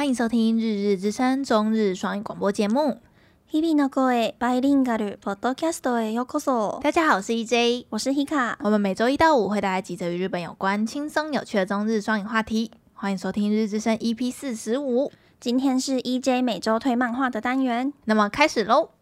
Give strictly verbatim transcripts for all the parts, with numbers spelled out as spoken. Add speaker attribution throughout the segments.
Speaker 1: 欢迎收听日日之声中日双语广播节目。
Speaker 2: 日々の声バイリンガルポッドキャストへようこそ。
Speaker 1: 大家好，我是 E J，
Speaker 2: 我是 Hika。
Speaker 1: 我们每周一到五会带来几则与日本有关、轻松有趣的中日双语话题。欢迎收听日日之声 E P 四十五。
Speaker 2: 今天是 E J 每周推漫画的单元，
Speaker 1: 那么开始喽。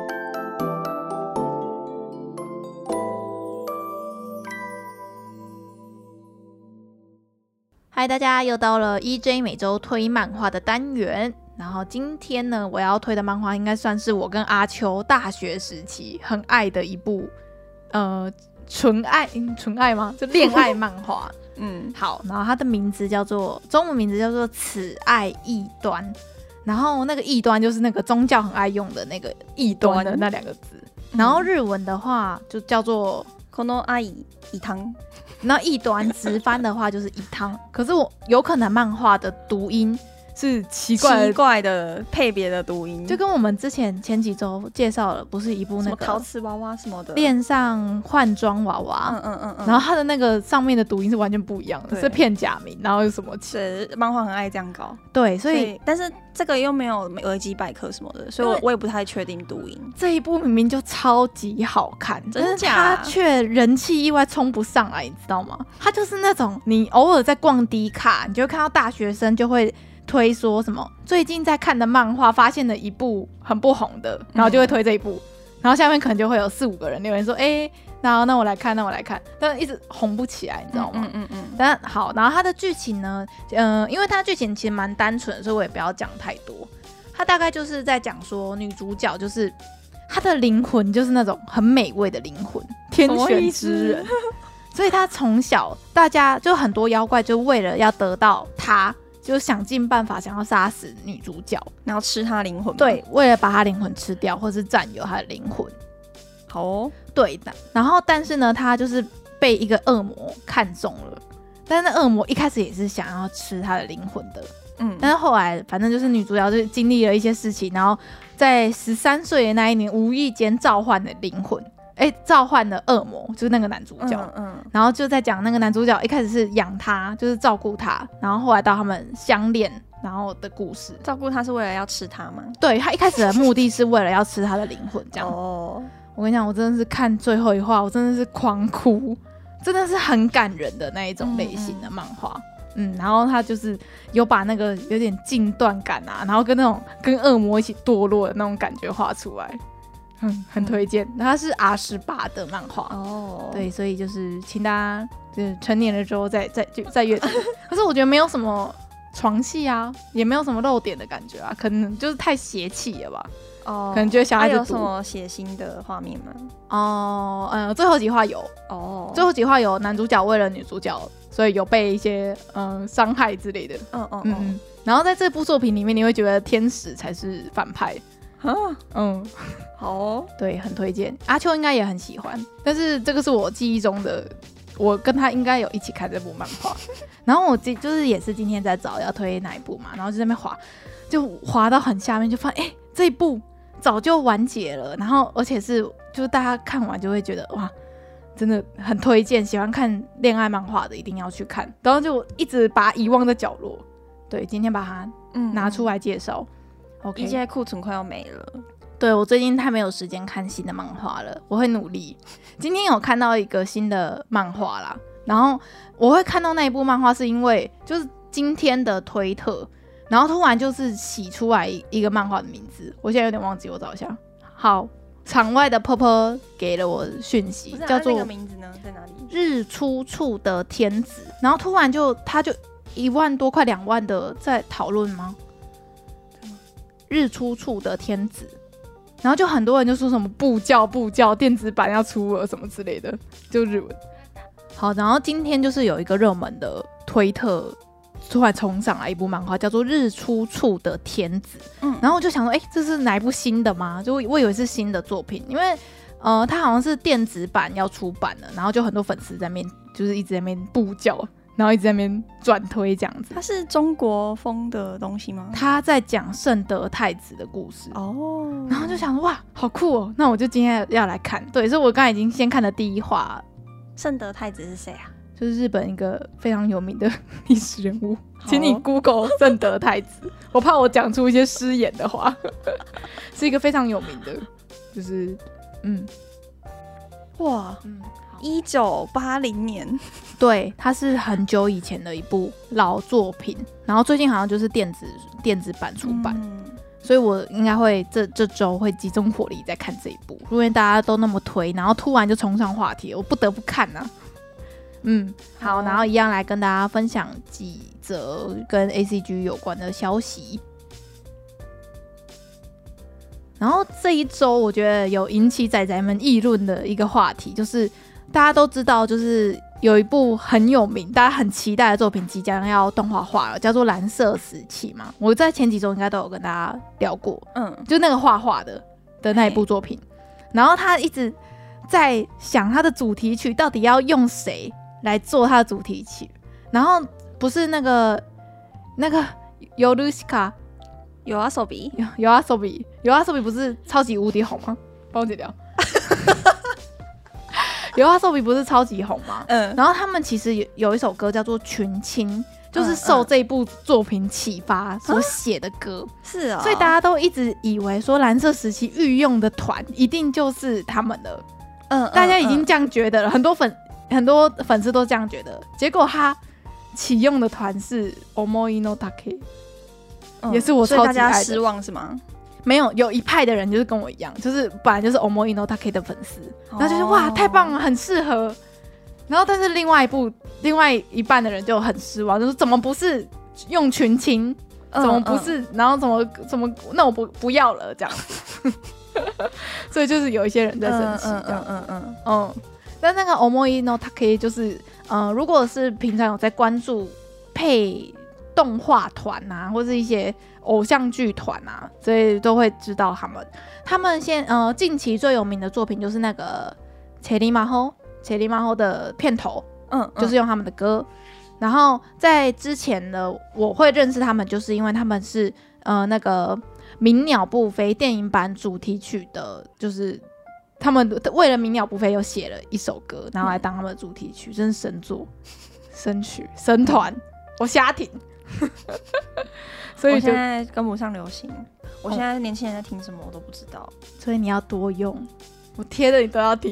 Speaker 1: 嗨，大家又到了 E J 每周推漫画的单元。然后今天呢，我要推的漫画应该算是我跟阿秋大学时期很爱的一部，呃，纯爱，嗯、纯爱吗？就恋爱漫画。嗯，好，然后它的名字叫做中文名字叫做《此爱异端》，然后那个异端就是那个宗教很爱用的那个异端的那两个字，然后日文的话就叫做
Speaker 2: この愛異端。
Speaker 1: 那异端直翻的话就是异汤，可是我有可能漫画的读音是奇怪的
Speaker 2: 奇怪的配别的读音，
Speaker 1: 就跟我们之前前几周介绍了，不是一部那个
Speaker 2: 陶瓷娃娃什么的，
Speaker 1: 恋上换装娃娃，
Speaker 2: 嗯嗯嗯嗯，
Speaker 1: 然后它的那个上面的读音是完全不一样的，是片假名，然后有什么
Speaker 2: 是漫画很爱这样搞，
Speaker 1: 对，所以, 所以
Speaker 2: 但是这个又没有维基百科什么的，所以 我, 我也不太确定读音。
Speaker 1: 这一部明明就超级好看，
Speaker 2: 真的假的？
Speaker 1: 但是它却人气意外冲不上来，你知道吗？它就是那种你偶尔在逛迪卡，你就会看到大学生就会推说什么最近在看的漫画发现了一部很不红的，然后就会推这一部、嗯、然后下面可能就会有四五个人留言说哎、欸，那那我来看那我来看，但一直红不起来，你知道吗？嗯嗯 嗯, 嗯但好，然后它的剧情呢呃，因为它剧情其实蛮单纯的，所以我也不要讲太多。它大概就是在讲说女主角就是她的灵魂就是那种很美味的灵魂，天选之人，所以她从小大家就很多妖怪就为了要得到她就想尽办法想要杀死女主角，
Speaker 2: 然后吃她灵魂。
Speaker 1: 对，为了把她灵魂吃掉或是占有她的灵魂。
Speaker 2: 好哦，
Speaker 1: 对的。然后但是呢她就是被一个恶魔看中了，但是那恶魔一开始也是想要吃她的灵魂的，嗯，但是后来反正就是女主角就经历了一些事情，然后在十三岁的那一年无意间召唤了灵魂，哎，召唤了恶魔，就是那个男主角，嗯嗯，然后就在讲那个男主角一开始是养他，就是照顾他，然后后来到他们相恋，然后的故事。
Speaker 2: 照顾他是为了要吃他吗？
Speaker 1: 对，他一开始的目的是为了要吃他的灵魂，这样。哦，我跟你讲，我真的是看最后一话，我真的是狂哭，真的是很感人的那一种类型的漫画。嗯, 嗯，然后他就是有把那个有点禁断感啊，然后跟那种跟恶魔一起堕落的那种感觉画出来。嗯，很推荐，它是 R 十八 的漫画哦，对，所以就是请大家就是成年了之后再再再阅读。可是我觉得没有什么床戏啊，也没有什么露点的感觉啊，可能就是太邪气了吧。哦，可能觉得小孩子读、
Speaker 2: 啊、有什么血腥的画面吗？
Speaker 1: 哦，嗯，最后几话有哦，最后几话有男主角为了女主角，所以有被一些嗯伤害之类的。嗯嗯 嗯, 嗯，然后在这部作品里面，你会觉得天使才是反派。啊，嗯，
Speaker 2: 好哦，
Speaker 1: 对，很推荐。阿秋应该也很喜欢，但是这个是我记忆中的，我跟他应该有一起看这部漫画。然后我就是也是今天在找要推哪一部嘛，然后就在那边滑，就滑到很下面，就发现哎、欸，这一部早就完结了，然后而且是就是大家看完就会觉得哇，真的很推荐，喜欢看恋爱漫画的一定要去看，然后就一直把它遗忘在角落。对，今天把它拿出来介绍。嗯
Speaker 2: OK， 现在库存快要没了。
Speaker 1: 对，我最近太没有时间看新的漫画了，我会努力。今天有看到一个新的漫画啦，然后我会看到那一部漫画是因为就是今天的推特，然后突然就是洗出来一个漫画的名字，我现在有点忘记，我找一下。好，场外的婆婆给了我讯息，叫做、
Speaker 2: 那个名字呢在哪里？
Speaker 1: 日出处的天子，然后突然就他就一万多快两万的在讨论吗？日出处的天子，然后就很多人就说什么布教布教电子版要出了什么之类的，就日文。好，然后今天就是有一个热门的推特突然冲上来一部漫画，叫做《日出处的天子》。嗯，然后我就想说，哎、欸，这是哪一部新的吗？就我以为是新的作品，因为呃，它好像是电子版要出版了，然后就很多粉丝在那边就是一直在那边布教。然后一直在那边转推这样子。
Speaker 2: 它是中国风的东西吗？
Speaker 1: 他在讲圣德太子的故事哦，然后就想说哇，好酷哦！那我就今天要来看。对，所以我刚才已经先看了第一话。
Speaker 2: 圣德太子是谁啊？
Speaker 1: 就是日本一个非常有名的历史人物，请你 Google 正德太子，我怕我讲出一些失言的话，是一个非常有名的，就是嗯，
Speaker 2: 哇，嗯，一九八零年，
Speaker 1: 对，它是很久以前的一部老作品，然后最近好像就是电子电子版出版。嗯，所以我应该会这这周会集中火力在看这一部，因为大家都那么推，然后突然就冲上话题，我不得不看啊。嗯，好，然后一样来跟大家分享几则跟 A C G 有关的消息。然后这一周我觉得有引起仔仔们议论的一个话题，就是大家都知道，就是有一部很有名、大家很期待的作品即将要动画化了，叫做《蓝色时期》嘛。我在前几周应该都有跟大家聊过，嗯，就那个画画的的那一部作品。然后他一直在想他的主题曲到底要用谁来做他的主题曲。然后不是那个那个尤鲁西卡
Speaker 2: 有阿手比
Speaker 1: 有阿手比有阿手比不是超级无敌红吗？帮我解掉。有阿寿比不是超级红吗？嗯，然后他们其实 有, 有一首歌叫做《群青》，就是受这部作品启发所写的歌。嗯嗯、是啊、哦，所以大家都一直以为说蓝色时期御用的团一定就是他们的，嗯，大家已经这样觉得了，嗯、很多粉很多粉丝都这样觉得。结果他启用的团是 Omoi no Take，嗯、也是我超级爱的。所以大
Speaker 2: 家失望是吗？
Speaker 1: 没有，有一派的人就是跟我一样，就是本来就是 Omoi no Take 的粉丝，然后就是哇太棒了，很适合。然后但是另外一部另外一半的人就很失望，就是怎么不是用群青，怎么不是，嗯嗯、然后怎么怎么那我不不要了这样。所以就是有一些人在生气这样，嗯嗯嗯 嗯, 嗯。但那个 Omoi no Take 就是呃，如果是平常有在关注配动画团啊，或是一些偶像剧团啊，所以都会知道他们。他们现呃近期最有名的作品就是那个《切里马后》《切里马后》的片头，嗯，嗯就是用他们的歌。然后在之前呢，我会认识他们，就是因为他们是呃那个《鸣鸟不飞》电影版主题曲的，就是他们为了《鸣鸟不飞》又写了一首歌，然后来当他们的主题曲，真是神作、神曲、神团，我瞎挺。
Speaker 2: 所以我现在跟不上流行，我现在年轻人在听什么我都不知道，
Speaker 1: 所以你要多用，我贴的你都要听。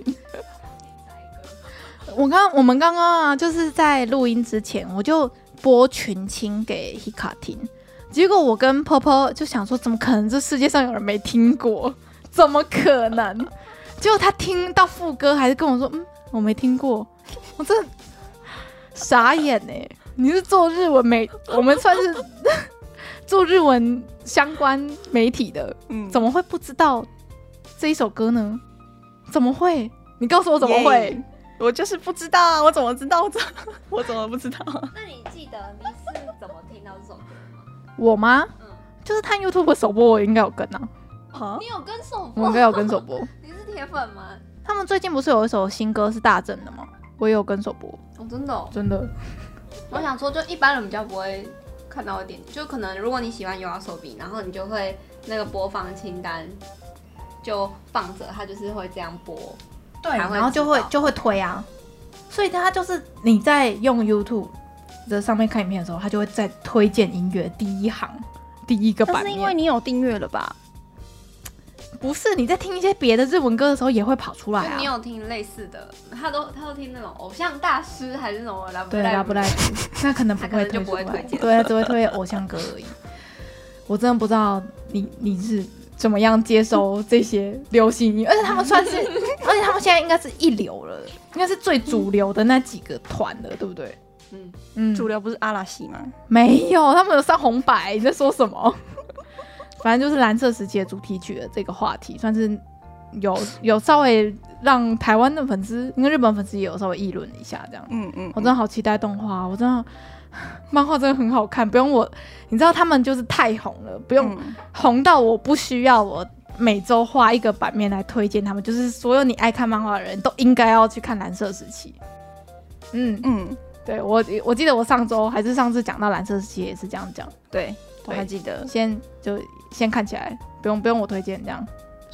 Speaker 1: 我刚我们刚刚啊，就是在录音之前，我就播群青给 Hika 听，结果我跟婆婆就想说，怎么可能这世界上有人没听过？怎么可能？结果他听到副歌，还是跟我说，嗯，我没听过，我真的傻眼哎、欸！你是做日文媒，我们算是做日文相关媒体的，嗯，怎么会不知道这一首歌呢？怎么会？你告诉我怎么会？
Speaker 2: Yeah, 我就是不知道啊！我怎么知道？我怎么我怎么不知道？
Speaker 3: 那你记得你是怎么听到这首歌吗？
Speaker 1: 我吗？嗯，就是看 YouTube 首播，我应该有跟啊。
Speaker 3: 啊？你有跟首播？
Speaker 1: 我应该有跟首播。
Speaker 3: 你是铁粉吗？
Speaker 1: 他们最近不是有一首新歌是大正的吗？我也有跟首播。
Speaker 3: 哦，真的哦？
Speaker 1: 真的。
Speaker 3: 我想说，就一般人比较不会看到一点，就可能如果你喜欢 YOASOBI， 然后你就会那个播放清单就放着，它就是会这样播，
Speaker 1: 对，然后就会就会推啊，所以它就是你在用 YouTube 的上面看影片的时候，它就会在推荐音乐第一行第一个版面。
Speaker 2: 那是因为你有订阅了吧？
Speaker 1: 不是，你在听一些别的日文歌的时候也会跑出来啊。
Speaker 3: 你有听类似的，他都他都听那种偶像大师还是那种拉布
Speaker 1: 对拉布赖夫，那可能不会推出来，对，只会推偶像歌而已。我真的不知道你你是怎么样接收这些流行音乐，而且他们算是，而且他们现在应该是一流了，应该是最主流的那几个团了，对不对？
Speaker 2: 嗯嗯，主流不是阿拉西吗？
Speaker 1: 没有，他们有上红白，你在说什么？反正就是蓝色时期的主题曲的这个话题，算是有有稍微让台湾的粉丝，因为日本粉丝也有稍微议论一下，这样。嗯嗯，我真的好期待动画，我真的漫画真的很好看，不用我，你知道他们就是太红了，不用、嗯、红到我不需要我每周画一个版面来推荐他们，就是所有你爱看漫画的人都应该要去看蓝色时期。嗯嗯，对我我记得我上周还是上次讲到蓝色时期也是这样讲，
Speaker 2: 对。我还记得，
Speaker 1: 先就先看起来，不用不用我推荐这样。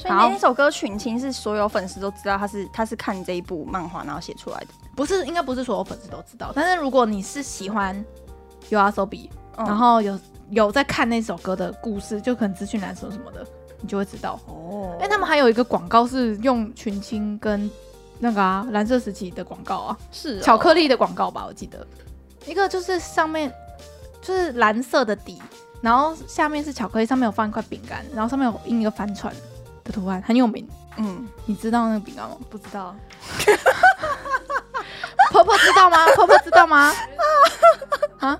Speaker 2: 所以那首歌《群青》是所有粉丝都知道他是他是看这一部漫画然后写出来的，
Speaker 1: 不是，应该不是所有粉丝都知道。但是如果你是喜欢 YOASOBI，、嗯、然后有有在看那首歌的故事，就可能资讯栏什么什么的，你就会知道哦。因为他们还有一个广告是用群青跟那个啊蓝色时期的广告啊，
Speaker 2: 是、哦、
Speaker 1: 巧克力的广告吧，我记得一个就是上面就是蓝色的底，然后下面是巧克力，上面有放一块饼干，然后上面有印一个帆船的图案，很有名。嗯，你知道那个饼干吗？
Speaker 2: 不知道。
Speaker 1: 婆婆知道吗？婆婆知道吗？啊？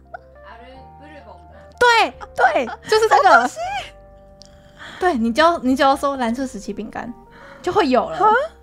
Speaker 1: 对对，就是这个。对，你就你只要搜蓝色时期饼干，就会有了。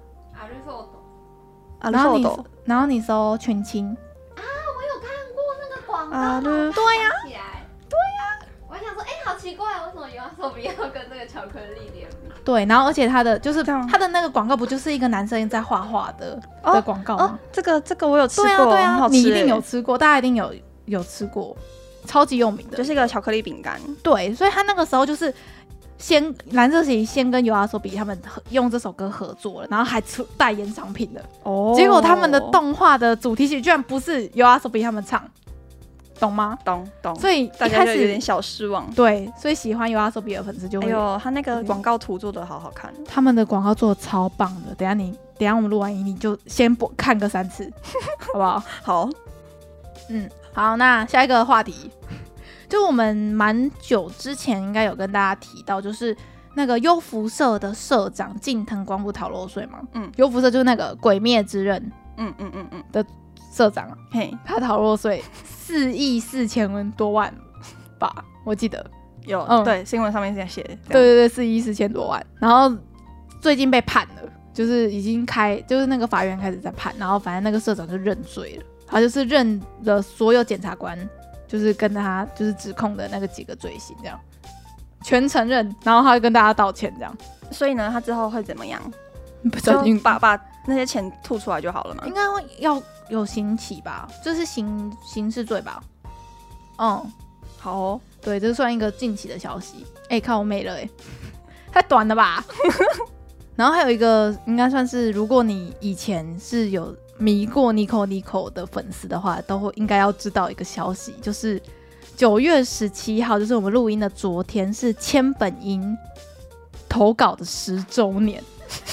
Speaker 1: 然后你然后你搜群青
Speaker 3: 啊，我有看过那个广告。
Speaker 1: 啊，对呀，
Speaker 3: 对呀。我还想说，哎、欸，好奇怪，为什么YOASOBI要跟那个巧克力联名？
Speaker 1: 对，然后而且他的就是他的那个广告不就是一个男生在画画的、哦、的广告吗、哦？
Speaker 2: 这个这个我有吃过，
Speaker 1: 对啊对啊，
Speaker 2: 很好吃，
Speaker 1: 你一定有吃过，大家一定有有吃过，超级有名的，
Speaker 2: 就是一个巧克力饼干。
Speaker 1: 对，所以他那个时候就是先蓝色时期先跟YOASOBI他们用这首歌合作了，然后还出代言商品的哦。结果他们的动画的主题曲居然不是YOASOBI他们唱。懂吗？
Speaker 2: 懂懂，
Speaker 1: 所以
Speaker 2: 大家就有点小失望。
Speaker 1: 对，所以喜欢YOASOBI的粉丝就会。
Speaker 2: 哎呦，他那个广告图做的好好看，
Speaker 1: 他们的广告做的超棒的。等一下你，等一下我们录完音你就先播看个三次，好不好？
Speaker 2: 好，
Speaker 1: 嗯，好，那下一个话题，就我们蛮久之前应该有跟大家提到，就是那个优辐社的社长近藤光不逃漏税嘛。嗯，优辐社就是那个《鬼灭之刃》嗯嗯嗯嗯的社长，嘿，他逃漏税四亿四千多万吧，我记得
Speaker 2: 有，嗯、对，新闻上面这样写的。
Speaker 1: 对对对，四亿四千多万，然后最近被判了，就是已经开，就是那个法院开始在判，然后反正那个社长就认罪了，他就是认了所有检察官，就是跟他就是指控的那个几个罪行，这样全承认，然后他就跟大家道歉，这样。
Speaker 2: 所以呢，他之后会怎么样？
Speaker 1: 不知道，
Speaker 2: 把把那些钱吐出来就好了嘛？
Speaker 1: 应该会要有刑期吧，就是刑刑事罪吧。嗯，好哦，对，这算一个近期的消息。哎、欸，看我没了、欸，哎，太短了吧？然后还有一个，应该算是，如果你以前是有迷过 Nico Nico 的粉丝的话，都会应该要知道一个消息，就是九月十七号，就是我们录音的昨天，是千本樱投稿的十周年。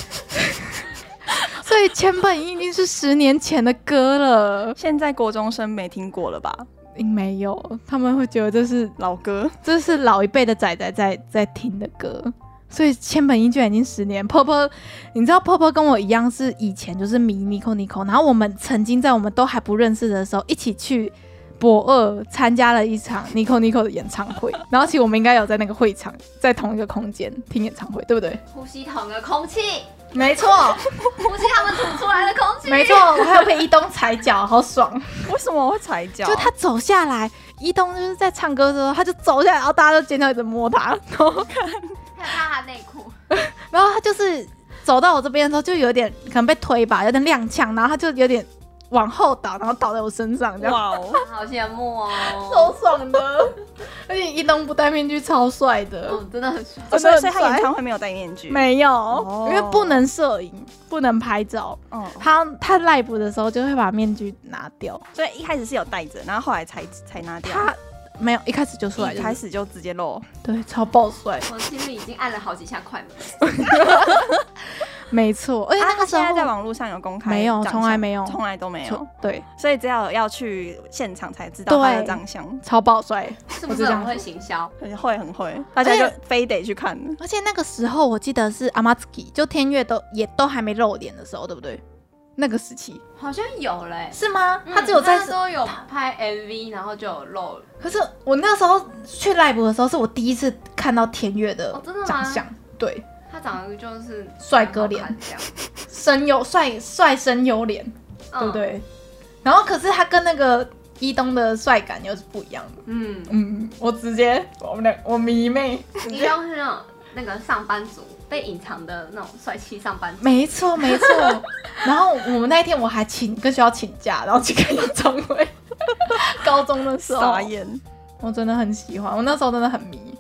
Speaker 1: 所以千本樱已经是十年前的歌了，
Speaker 2: 现在国中生没听过了吧？
Speaker 1: 没有，他们会觉得这是
Speaker 2: 老歌，
Speaker 1: 这是老一辈的仔仔在在听的歌。所以千本樱居然已经十年。婆婆，你知道婆婆跟我一样是以前就是迷 Nico Nico， 然后我们曾经在我们都还不认识的时候，一起去博二参加了一场 Nico Nico 的演唱会。然后其实我们应该有在那个会场，在同一个空间听演唱会，对不对？
Speaker 3: 呼吸同个空气。
Speaker 1: 没错，
Speaker 3: 呼吸他们吐出来的空气。
Speaker 1: 没错，我还有陪伊东踩脚，好爽。
Speaker 2: 为什么我会踩脚？
Speaker 1: 就他走下来，伊东就是在唱歌的时候，他就走下来，然后大家就尖叫一直摸他，然后看，
Speaker 3: 还有他内裤。
Speaker 1: 然后他就是走到我这边的时候，就有点可能被推吧，有点踉跄，然后他就有点往后倒，然后倒在我身上，这样。
Speaker 2: 哇哦，
Speaker 3: 好羡慕哦，
Speaker 1: 超爽的。而且伊东不戴面具超帅的，
Speaker 3: 嗯，真的很帅。
Speaker 2: 哦、所以所以他演唱会没有戴面具？
Speaker 1: 没有、哦，因为不能摄影，不能拍照。嗯，他他 live 的时候就会把面具拿掉，
Speaker 2: 所以一开始是有戴着，然后后来才才拿掉。
Speaker 1: 他没有，一开始就出来、就是，
Speaker 2: 一开始就直接露，
Speaker 1: 对，超爆帅。
Speaker 3: 我心里已经按了好几下快门。
Speaker 1: 没错，而且那个时候、
Speaker 2: 啊、他现在在网络上有公开，
Speaker 1: 没有，从来没有，
Speaker 2: 从来都没有。
Speaker 1: 对，
Speaker 2: 所以只要要去现场才知道他的长相，
Speaker 1: 超爆帅，
Speaker 3: 是不是很会行销？
Speaker 2: 很会，很会，大家就非得去看。
Speaker 1: 而且那个时候我记得是 Amatsuki， 就天月都也都还没露脸的时候，对不对？那个时期
Speaker 3: 好像有嘞、欸，
Speaker 1: 是吗？
Speaker 3: 嗯、
Speaker 1: 他只有在
Speaker 3: 那时候有拍 M V， 然后就有露了。
Speaker 1: 可是我那时候去 live 的时候，是我第一次看到天月的长相，哦、对。
Speaker 3: 他长得就是
Speaker 1: 帅哥脸，声优帅帅声优脸，对不对？然后可是他跟那个伊东的帅感又是不一样的。嗯嗯，我直接我们俩我迷妹，
Speaker 3: 伊东是那种那个上班族被隐藏的那种帅气上班族。
Speaker 1: 没错没错。然后我们那一天我还请跟学校请假，然后去看演唱会。高中的时候，
Speaker 2: 傻眼。
Speaker 1: 我真的很喜欢，我那时候真的很迷。
Speaker 3: 我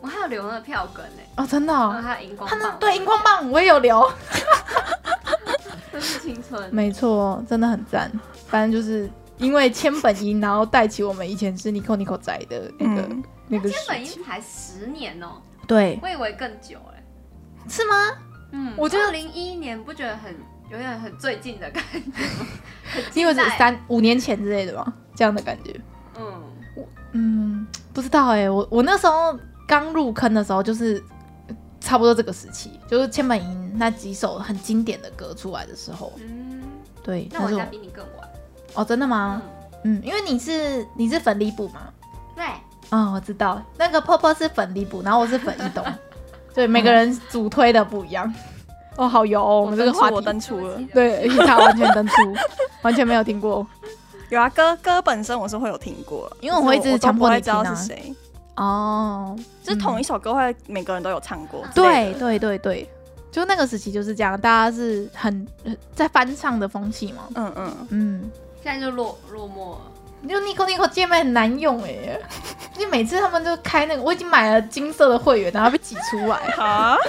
Speaker 3: 我还有留那个票根哎、
Speaker 1: 哦，真的、
Speaker 3: 然
Speaker 1: 哦，
Speaker 3: 后还有荧光
Speaker 1: 他那
Speaker 3: 棒，
Speaker 1: 对荧光棒我也有留，
Speaker 3: 这是青春。
Speaker 1: 没错，真的很赞。反正就是因为千本樱，然后带起我们以前是 Nico Nico 仔的那个、
Speaker 2: 嗯、
Speaker 1: 那个
Speaker 3: 千本
Speaker 1: 时期。
Speaker 3: 樱才十年哦、
Speaker 1: 对，
Speaker 3: 我以为更久哎、
Speaker 1: 是吗？
Speaker 3: 嗯，
Speaker 1: 我觉得
Speaker 3: 二零一一年不觉得很有点很最近的感觉吗？很近代
Speaker 1: 因为是三五年前之类的吗？这样的感觉。
Speaker 3: 嗯，
Speaker 1: 嗯，不知道哎、欸，我我那时候刚入坑的时候，就是差不多这个时期，就是千本樱那几首很经典的歌出来的时候。
Speaker 3: 嗯，
Speaker 1: 对，是
Speaker 3: 那我应该比你更晚。
Speaker 1: 哦，真的吗？
Speaker 3: 嗯，
Speaker 1: 嗯，因为你是你是粉底部嘛。
Speaker 3: 对，
Speaker 1: 哦，我知道，那个泡泡是粉底部，然后我是粉一东，对，每个人主推的不一样。哦，好油哦，我们这个话题
Speaker 2: 我登出了。
Speaker 1: 对，他完全登出，完全没有听过。
Speaker 2: 有啊，歌歌本身我是会有听过，
Speaker 1: 因为我会一直强迫你听啊
Speaker 2: 知道是谁。
Speaker 1: 哦，
Speaker 2: 就是同一首歌会每个人都有唱过。
Speaker 1: 对对对对，就那个时期就是这样，大家是很在翻唱的风气嘛。
Speaker 2: 嗯嗯
Speaker 1: 嗯，
Speaker 3: 现在就落落寞了。
Speaker 1: 就 Nico Nico 界面很难用哎、欸，就每次他们就开那个，我已经买了金色的会员，然后被挤出来。
Speaker 2: 啊？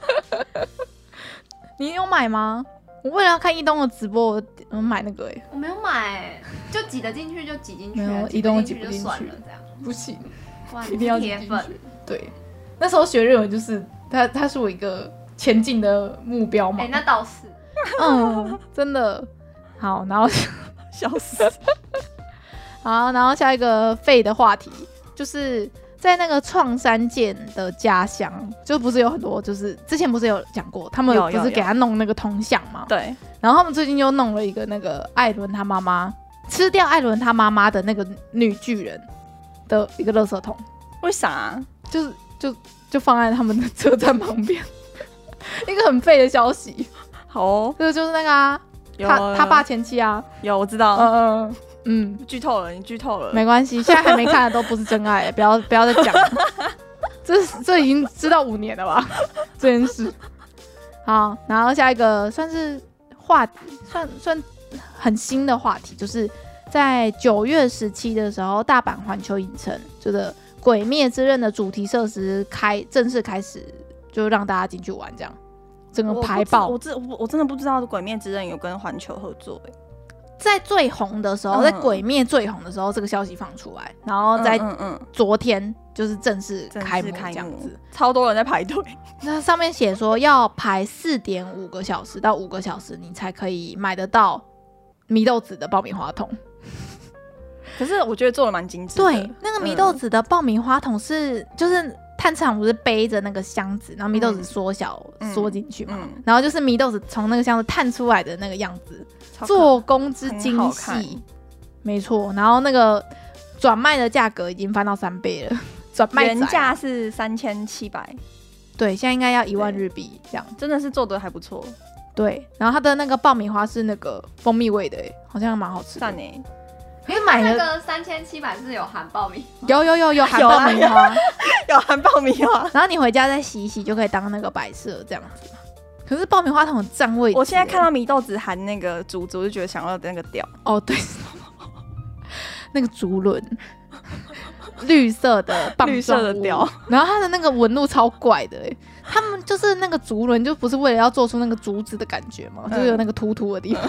Speaker 1: 你有买吗？我为了要看一东的直播，我我买那个哎、欸，
Speaker 3: 我没有买、欸，就挤得进去就挤进去，
Speaker 1: 没有
Speaker 3: 挤
Speaker 1: 移动
Speaker 3: 进去就
Speaker 1: 挤不进去
Speaker 3: 算了这样。
Speaker 1: 不行，
Speaker 3: 哇，
Speaker 1: 一定要
Speaker 3: 你是铁粉。
Speaker 1: 挤进去。对，那时候学日文就是它，它是我一个前进的目标嘛。
Speaker 3: 哎、欸，那倒是。
Speaker 1: 嗯，真的好，然后
Speaker 2: 笑死。
Speaker 1: 好，然后下一个废的话题就是在那个创山健的家乡，就不是有很多，就是之前不是有讲过，他们
Speaker 2: 有有
Speaker 1: 不是给他弄那个铜像吗？
Speaker 2: 对，
Speaker 1: 然后他们最近又弄了一个那个艾伦他妈妈吃掉艾伦他妈妈的那个女巨人的一个垃圾桶，
Speaker 2: 为啥、啊？
Speaker 1: 就是就就放在他们的车站旁边，一个很废的消息。
Speaker 2: 好哦，
Speaker 1: 这个就是那个啊，
Speaker 2: 有
Speaker 1: 他他爸前妻啊，
Speaker 2: 有我知道。
Speaker 1: 嗯嗯嗯，
Speaker 2: 剧透了，你剧透了。
Speaker 1: 没关系，现在还没看的都不是真爱，不要不要再讲了，这这已经知道五年了吧这件事。好，然后下一个算是话题，算算很新的话题，就是在九月十七的时候，大阪环球影城就是《鬼灭之刃》的主题设施开正式开始，就让大家进去玩，这样整个排爆。
Speaker 2: 我知我我真的不知道《鬼灭之刃》有跟环球合作哎、欸。
Speaker 1: 在最红的时候，
Speaker 2: 嗯、
Speaker 1: 在《鬼灭》最红的时候，这个消息放出来，然后在
Speaker 2: 嗯嗯
Speaker 1: 昨天就是正式开幕这样子，
Speaker 2: 超多人在排队。
Speaker 1: 那上面写说要排四点五个小时到五个小时，你才可以买得到祢豆子的爆米花筒。
Speaker 2: 可是我觉得做的蛮精致的。
Speaker 1: 对，那个祢豆子的爆米花筒是、嗯、就是探长不是背着那个箱子，然后祢豆子缩小缩进去嘛、嗯，然后就是祢豆子从那个箱子探出来的那个样子，做工之精细，没错。然后那个转卖的价格已经翻到三倍了，转卖
Speaker 2: 原价是三千七百，
Speaker 1: 对，现在应该要一万日币这样，
Speaker 2: 真的是做的还不错。
Speaker 1: 对，然后它的那个爆米花是那个蜂蜜味的，好像蛮好吃的。
Speaker 2: 赞哎！
Speaker 3: 因为买那个三千七百是有含爆米花，
Speaker 1: 有有有有含爆米花，
Speaker 2: 有含爆米花。
Speaker 1: 然后你回家再洗一洗，就可以当那个摆设这样子。可是爆米花桶很占位置。
Speaker 2: 我现在看到祢豆子含那个竹子，我就觉得想要那个屌。
Speaker 1: 哦，对，那个竹轮，绿色的棒状物，
Speaker 2: 绿色的屌，
Speaker 1: 然后它的那个纹路超怪的哎。他们就是那个竹轮，就不是为了要做出那个竹子的感觉嘛，嗯、就是有那个突突的地方。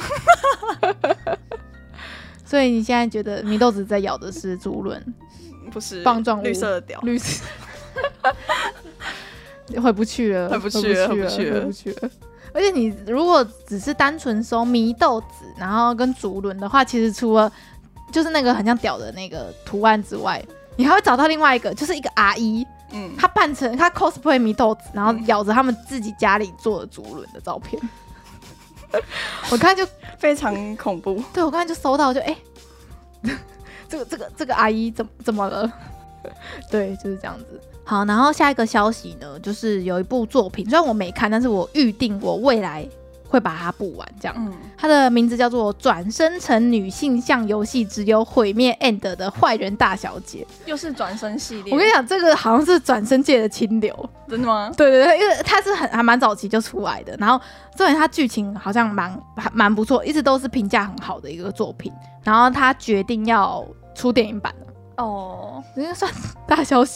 Speaker 1: 所以你现在觉得祢豆子在咬的是竹轮，
Speaker 2: 不是
Speaker 1: 棒状物，
Speaker 2: 绿色的屌，
Speaker 1: 绿色。回不去了，
Speaker 2: 回不去了，
Speaker 1: 回不去了，回不去了。而且你如果只是单纯收祢豆子，然后跟竹轮的话，其实除了就是那个很像屌的那个图案之外，你还会找到另外一个，就是一个阿姨，嗯，她扮成她 cosplay 祢豆子，然后咬着他们自己家里做的竹轮的照片。我看就
Speaker 2: 非常恐怖。
Speaker 1: 对，我刚才就搜到就，就、欸、哎，这个这个这个阿姨怎怎么了？对，就是这样子。好，然后下一个消息呢，就是有一部作品，虽然我没看，但是我预定我未来会把它补完。这样，嗯、它的名字叫做《转生成女性向游戏只有毁灭 end 的坏人大小姐》，
Speaker 2: 又是转生系列。
Speaker 1: 我跟你讲，这个好像是转生界的清流。
Speaker 2: 真的吗？
Speaker 1: 对对对，因为它是很还蛮早期就出来的，然后重点它剧情好像蛮蛮不错，一直都是评价很好的一个作品。然后他决定要出电影版了。
Speaker 2: 哦，
Speaker 1: 应该算大消息吧。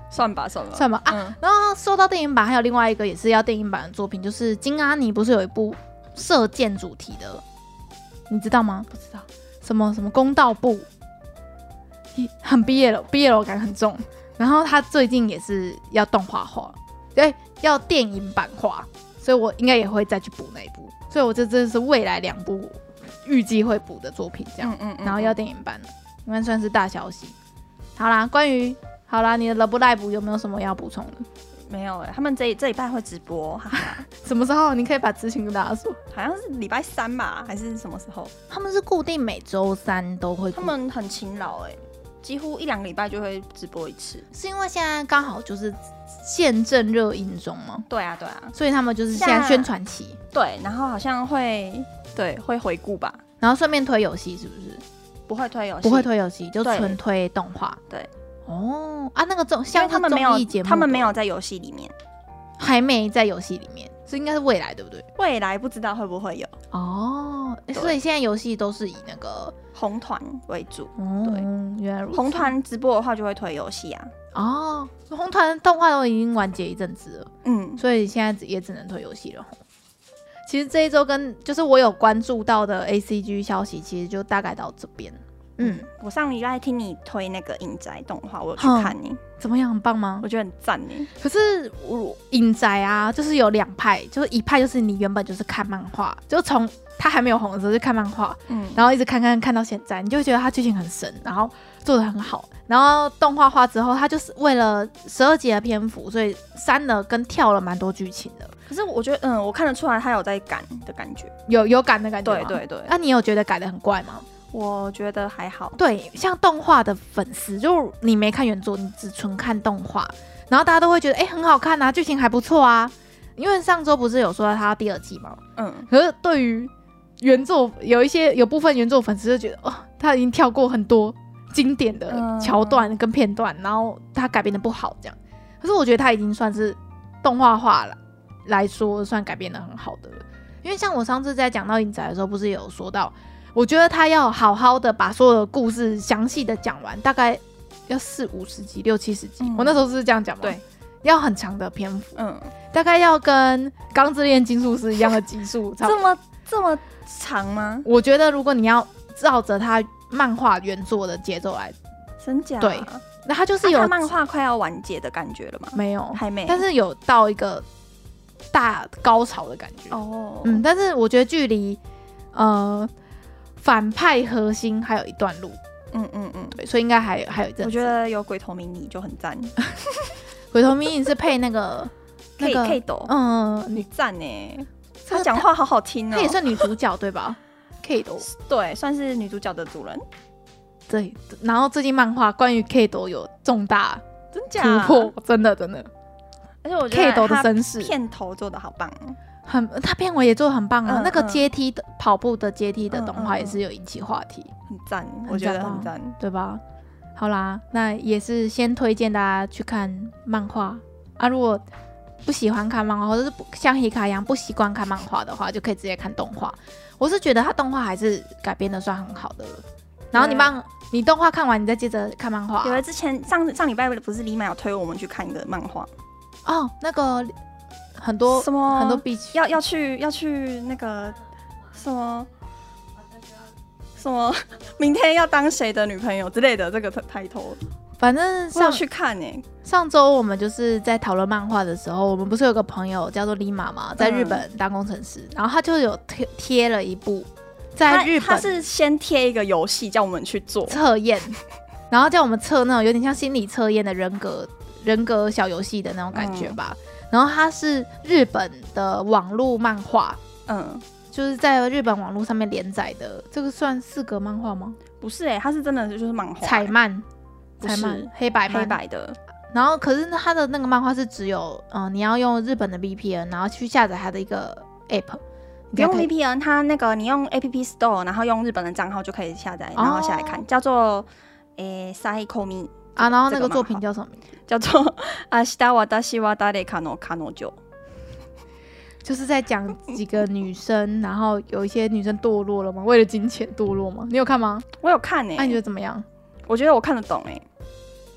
Speaker 2: 算吧算吧
Speaker 1: 算吧啊、
Speaker 2: 嗯。
Speaker 1: 然后说到电影版，还有另外一个也是要电影版的作品，就是金阿尼不是有一部射箭主题的，你知道吗？不知道什么什么公道部，很 B L B L 感很重。然后他最近也是要动画化，对，要电影版化，所以我应该也会再去补那一部。所以我这真的是未来两部预计会补的作品，这样，嗯嗯嗯然后要电影版了，应该算是大消息。好啦，关于好啦，你的 Love Live 有没有什么要补充的？
Speaker 2: 没有哎、欸，他们这这礼拜会直播，哈哈。
Speaker 1: 什么时候？你可以把资讯跟大家说。
Speaker 2: 好像是礼拜三吧，还是什么时候？
Speaker 1: 他们是固定每周三都会，
Speaker 2: 他们很勤劳哎、欸，几乎一两个礼拜就会直播一次。
Speaker 1: 是因为现在刚好就是现正热映中吗？
Speaker 2: 对啊，对啊，
Speaker 1: 所以他们就是现在宣传期。
Speaker 2: 对，然后好像会对会回顾吧，
Speaker 1: 然后顺便推游戏，是不是？
Speaker 2: 不会推游戏，
Speaker 1: 不会推游戏，就纯推动画。
Speaker 2: 对。
Speaker 1: 哦啊，那个综像
Speaker 2: 他们没有，
Speaker 1: 节目
Speaker 2: 他们没有在游戏里面，
Speaker 1: 还没在游戏里面，所以应该是未来，对不对？
Speaker 2: 未来不知道会不会有
Speaker 1: 哦，所以现在游戏都是以那个
Speaker 2: 红团为主。
Speaker 1: 哦，
Speaker 2: 对，
Speaker 1: 原来如此。
Speaker 2: 红团直播的话就会推游戏啊。
Speaker 1: 哦，红团动画都已经完结一阵子了，
Speaker 2: 嗯，
Speaker 1: 所以现在也只能推游戏了。其实这一周跟就是我有关注到的 A C G 消息，其实就大概到这边。嗯，
Speaker 2: 我上礼拜听你推那个影宅动画，我有去看你、欸，
Speaker 1: 怎么样？很棒吗？
Speaker 2: 我觉得很赞呢。
Speaker 1: 可是我影宅啊，就是有两派，就是一派就是你原本就是看漫画，就从他还没有红的时候就看漫画，嗯，然后一直看看看到现在，你就会觉得他剧情很神，然后做得很好。然后动画化之后，他就是为了十二集的篇幅，所以删了跟跳了蛮多剧情的。
Speaker 2: 可是我觉得，嗯，我看得出来他有在赶的感觉，
Speaker 1: 有有赶的感觉吗？
Speaker 2: 对对对。
Speaker 1: 那、啊、你有觉得改得很怪吗？
Speaker 2: 我觉得还好。
Speaker 1: 对，像动画的粉丝，就你没看原作，你只纯看动画，然后大家都会觉得，哎、欸，很好看啊，剧情还不错啊。因为上周不是有说到他第二季吗？嗯。可是对于原作，有一些有部分原作粉丝就觉得，哦，他已经跳过很多经典的桥段跟片段，嗯、然后他改编的不好这样。可是我觉得他已经算是动画化了来说，算改编的很好的了。因为像我上次在讲到影宅的时候，不是有说到。我觉得他要好好的把所有的故事详细的讲完，大概要四五十集、六七十集。嗯、我那时候是这样讲吗？
Speaker 2: 对，
Speaker 1: 要很长的篇幅，嗯，大概要跟《钢之炼金术师》一样的集数，
Speaker 2: 这么这么长吗？
Speaker 1: 我觉得如果你要照着他漫画原作的节奏来，
Speaker 2: 真假？
Speaker 1: 对，那他就是有、
Speaker 2: 啊、他漫画快要完结的感觉了吗？
Speaker 1: 没有，
Speaker 2: 还没，
Speaker 1: 但是有到一个大高潮的感觉哦。嗯，但是我觉得距离呃。反派核心还有一段路，嗯嗯嗯，对，所以应该还有还有一阵子。
Speaker 2: 我觉得有鬼头迷你就很赞，
Speaker 1: 鬼头迷你是配那个那个
Speaker 2: K 斗，
Speaker 1: 嗯，
Speaker 2: 女赞呢，她讲话好好听哦，
Speaker 1: 她也算女主角对吧 ？K 斗
Speaker 2: 对，算是女主角的主人。
Speaker 1: 对，然后最近漫画关于 K 斗有重大
Speaker 2: 真假
Speaker 1: 突破，真的真的，
Speaker 2: 而且我觉得
Speaker 1: K 斗的身世
Speaker 2: 片头做的好棒哦。
Speaker 1: 很，他片尾也做得很棒啊！嗯、那个阶梯的、嗯、跑步的阶梯的动画也是有引起话题，
Speaker 2: 嗯嗯、很赞，我觉得很赞，
Speaker 1: 对吧？好啦，那也是先推荐大家去看漫画啊。如果不喜欢看漫画，或者是像黑卡一样不习惯看漫画的话，就可以直接看动画。我是觉得他动画还是改编的算很好的了。然后你漫，你动画看完，你再接着看漫画、啊。
Speaker 2: 有的之前上上礼拜不是李满有推我们去看一个漫画
Speaker 1: 哦，那个。很多
Speaker 2: 什么
Speaker 1: 很多 beach
Speaker 2: 要要去要去那个什么什么明天要当谁的女朋友之类的这个抬头，
Speaker 1: 反正
Speaker 2: 上去看呢、欸。
Speaker 1: 上周我们就是在讨论漫画的时候，我们不是有个朋友叫做李妈妈，在日本当工程师，嗯、然后他就有贴贴了一部在日本，
Speaker 2: 他是先贴一个游戏叫我们去做
Speaker 1: 测验，然后叫我们测那种有点像心理测验的人格人格小游戏的那种感觉吧。嗯然后它是日本的网络漫画，嗯，就是在日本网络上面连载的，这个算四格漫画吗？
Speaker 2: 不是哎、欸，它是真的就是漫画、欸，
Speaker 1: 彩漫，彩漫，黑白漫
Speaker 2: 黑白的。
Speaker 1: 然后可是它的那个漫画是只有，嗯、呃，你要用日本的 V P N， 然后去下载它的一个 app。
Speaker 2: 不用 V P N， 它那个你用 App Store， 然后用日本的账号就可以下载，然后下来看，哦、叫做诶 Saikomi。
Speaker 1: 啊，然后那个作品叫什么名字？
Speaker 2: 叫做《明日私は誰かの彼女》，
Speaker 1: 就是在讲几个女生，然后有一些女生堕落了吗？为了金钱堕落吗？你有看吗？
Speaker 2: 我有看诶、欸。
Speaker 1: 那、啊、你觉得怎么样？
Speaker 2: 我觉得我看得懂诶、欸。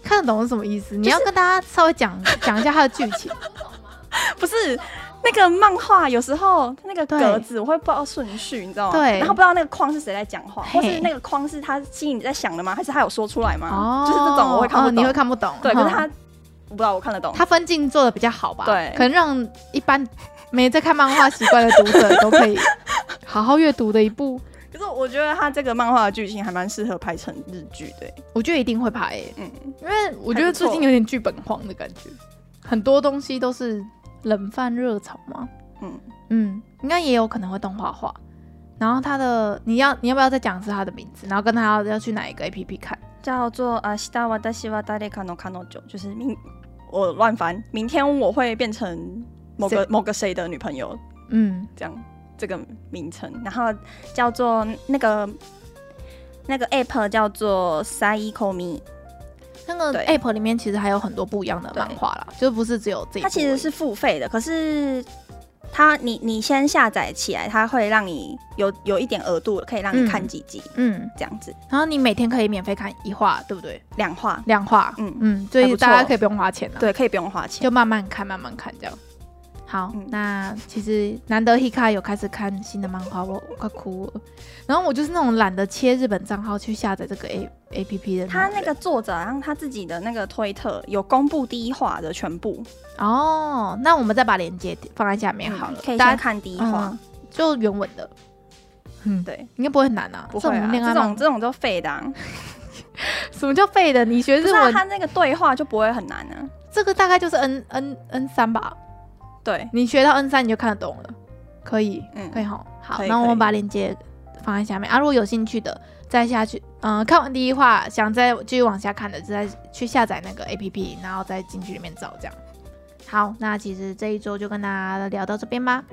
Speaker 1: 看得懂是什么意思？你要跟大家稍微讲讲一下它的剧情。
Speaker 2: 不是那个漫画，有时候那个格子我会不知道顺序，你知道吗？
Speaker 1: 对，
Speaker 2: 然后不知道那个框是谁在讲话，或是那个框是他心里在想的吗？还是他有说出来吗？
Speaker 1: 哦，
Speaker 2: 就是这种我会看不懂，
Speaker 1: 哦、你会看不懂。
Speaker 2: 对，可是他我不知道，我看得懂。
Speaker 1: 他分镜做的比较好吧？
Speaker 2: 对，
Speaker 1: 可能让一般没在看漫画习惯的读者都可以好好阅读的一部。
Speaker 2: 可是我觉得他这个漫画的剧情还蛮适合拍成日剧的，
Speaker 1: 我觉得一定会拍、欸，
Speaker 2: 嗯，
Speaker 1: 因为我觉得最近有点剧本荒的感觉，很多东西都是冷饭热炒嘛，
Speaker 2: 嗯
Speaker 1: 嗯，应该也有可能会动画化。然后他的你要你要不要再讲一次他的名字？然后跟他要要去哪一个 A P P 看？
Speaker 2: 叫做明日私は誰かの彼女，就是明我乱翻，明天我会变成某个某个谁的女朋友，
Speaker 1: 嗯，
Speaker 2: 这样这个名称，然后叫做那个那个 app 叫做 Saikomi。
Speaker 1: 那个 app 里面其实还有很多不一样的漫画啦，就不是只有这一部。
Speaker 2: 它其实是付费的，可是它你你先下载起来，它会让你有有一点额度，可以让你看几集，嗯，这样子。
Speaker 1: 然后你每天可以免费看一话，对不对？
Speaker 2: 两话，
Speaker 1: 两话，嗯嗯，所以大家可以不用花钱啊。
Speaker 2: 对，可以不用花钱，
Speaker 1: 就慢慢看，慢慢看这样。好，嗯、那其实难得 Hika 有开始看新的漫画，我我快哭了。然后我就是那种懒得切日本账号去下载这个 A A P P 的。
Speaker 2: 他那个作者，然后他自己的那个推特有公布第一话的全部。
Speaker 1: 哦，那我们再把链接放在下面好了，
Speaker 2: 嗯、可以先看第一话，
Speaker 1: 嗯、就原文的。嗯，
Speaker 2: 对，
Speaker 1: 应该不会很难啊。
Speaker 2: 不会啊，这种这种就废的、啊。
Speaker 1: 什么叫废的？你学日文，
Speaker 2: 他、啊、那个对话就不会很难啊。
Speaker 1: 这个大概就是 N N N 三吧。
Speaker 2: 对，
Speaker 1: 你学到 N 三你就看得懂了，可以，嗯，可以齁。好，那我们把链接放在下面啊。如果有兴趣的，再下去，嗯、呃，看完第一话，想再继续往下看的，就再去下载那个 A P P， 然后再进去里面找这样。好，那其实这一周就跟大家聊到这边吧。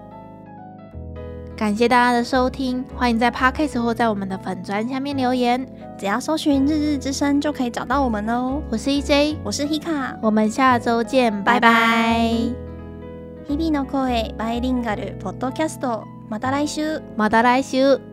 Speaker 1: 感谢大家的收听，欢迎在 Podcast 或在我们的粉专下面留言，
Speaker 2: 只要搜寻日日之声就可以找到我们哦。
Speaker 1: 我是 E J，
Speaker 2: 我是 Hika，
Speaker 1: 我们下周见，拜拜。
Speaker 2: 日々の声バイリンガルポッドキャスト、また来週。
Speaker 1: また来週。